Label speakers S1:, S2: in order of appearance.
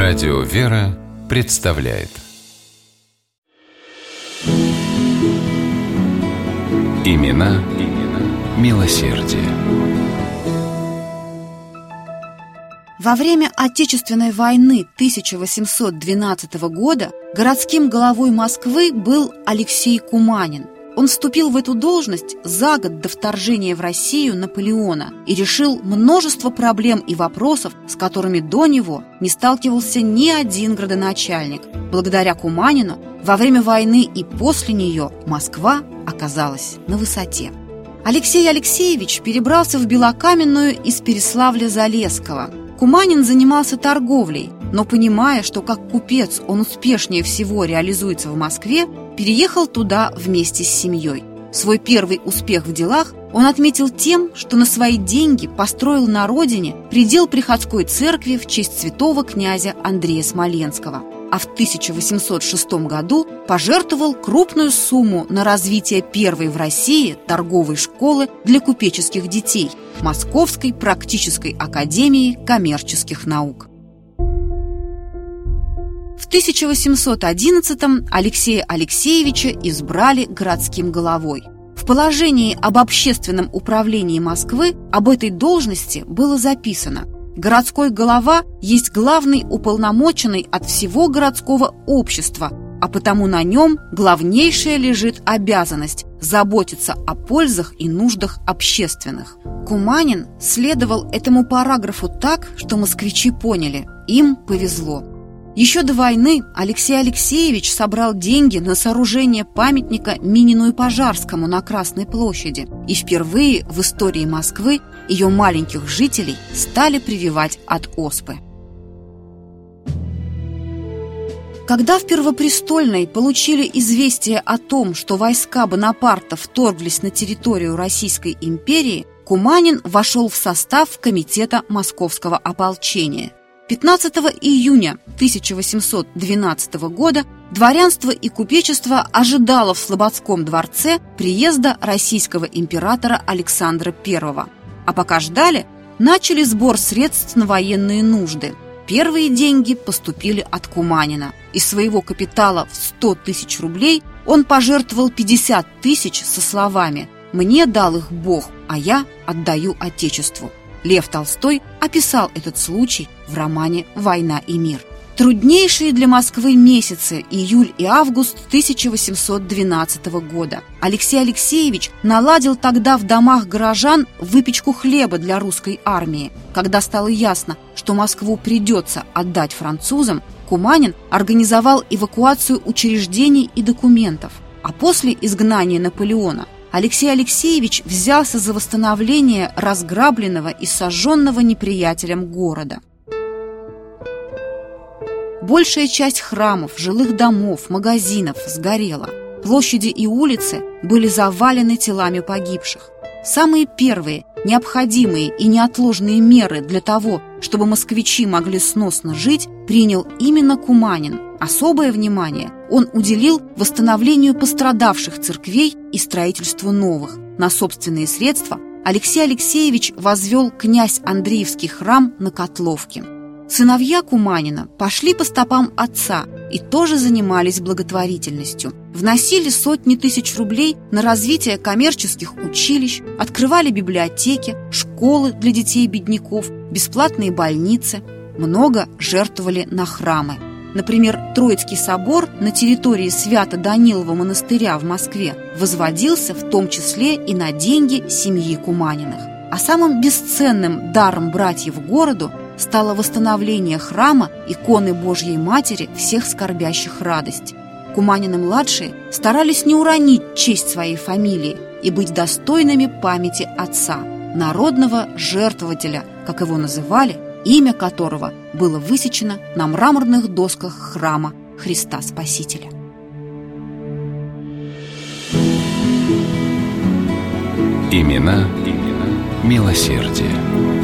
S1: Радио «Вера» представляет Имена милосердия.
S2: Во время Отечественной войны 1812 года городским головой Москвы был Алексей Куманин. Он вступил в эту должность за год до вторжения в Россию Наполеона и решил множество проблем и вопросов, с которыми до него не сталкивался ни один градоначальник. Благодаря Куманину во время войны и после нее Москва оказалась на высоте. Алексей Алексеевич перебрался в Белокаменную из Переславля-Залесского. Куманин занимался торговлей, но, понимая, что как купец он успешнее всего реализуется в Москве, переехал туда вместе с семьей. Свой первый успех в делах он отметил тем, что на свои деньги построил на родине предел приходской церкви в честь святого князя Андрея Смоленского, а в 1806 году пожертвовал крупную сумму на развитие первой в России торговой школы для купеческих детей – Московской практической академии коммерческих наук. В 1811-м Алексея Алексеевича избрали городским головой. В положении об общественном управлении Москвы об этой должности было записано: городской голова есть главный уполномоченный от всего городского общества, а потому на нем главнейшая лежит обязанность заботиться о пользах и нуждах общественных. Куманин следовал этому параграфу так, что москвичи поняли – им повезло. Еще до войны Алексей Алексеевич собрал деньги на сооружение памятника Минину и Пожарскому на Красной площади, и впервые в истории Москвы ее маленьких жителей стали прививать от оспы. Когда в Первопрестольной получили известие о том, что войска Бонапарта вторглись на территорию Российской империи, Куманин вошел в состав комитета Московского ополчения. 15 июня 1812 года дворянство и купечество ожидало в Слободском дворце приезда российского императора Александра I. А пока ждали, начали сбор средств на военные нужды. Первые деньги поступили от Куманина. Из своего капитала в 100 тысяч рублей он пожертвовал 50 тысяч со словами: «Мне дал их Бог, а я отдаю Отечеству». Лев Толстой описал этот случай в романе «Война и мир». Труднейшие для Москвы месяцы июль и август 1812 года. Алексей Алексеевич наладил тогда в домах горожан выпечку хлеба для русской армии. Когда стало ясно, что Москву придется отдать французам, Куманин организовал эвакуацию учреждений и документов. А после изгнания Наполеона Алексей Алексеевич взялся за восстановление разграбленного и сожженного неприятелем города. Большая часть храмов, жилых домов, магазинов сгорела. Площади и улицы были завалены телами погибших. Самые первые, необходимые и неотложные меры для того, чтобы москвичи могли сносно жить, принял именно Куманин. Особое внимание он уделил восстановлению пострадавших церквей и строительству новых. На собственные средства Алексей Алексеевич возвел князь Андреевский храм на Котловке. Сыновья Куманина пошли по стопам отца и тоже занимались благотворительностью. Вносили сотни тысяч рублей на развитие коммерческих училищ, открывали библиотеки, школы для детей-бедняков, бесплатные больницы. Много жертвовали на храмы. Например, Троицкий собор на территории Свято-Данилова монастыря в Москве возводился в том числе и на деньги семьи Куманиных. А самым бесценным даром братьев городу стало восстановление храма иконы Божьей Матери всех скорбящих радость. Куманины-младшие старались не уронить честь своей фамилии и быть достойными памяти отца, народного жертвователя, как его называли, имя которого было высечено на мраморных досках храма Христа Спасителя.
S1: Имена милосердия.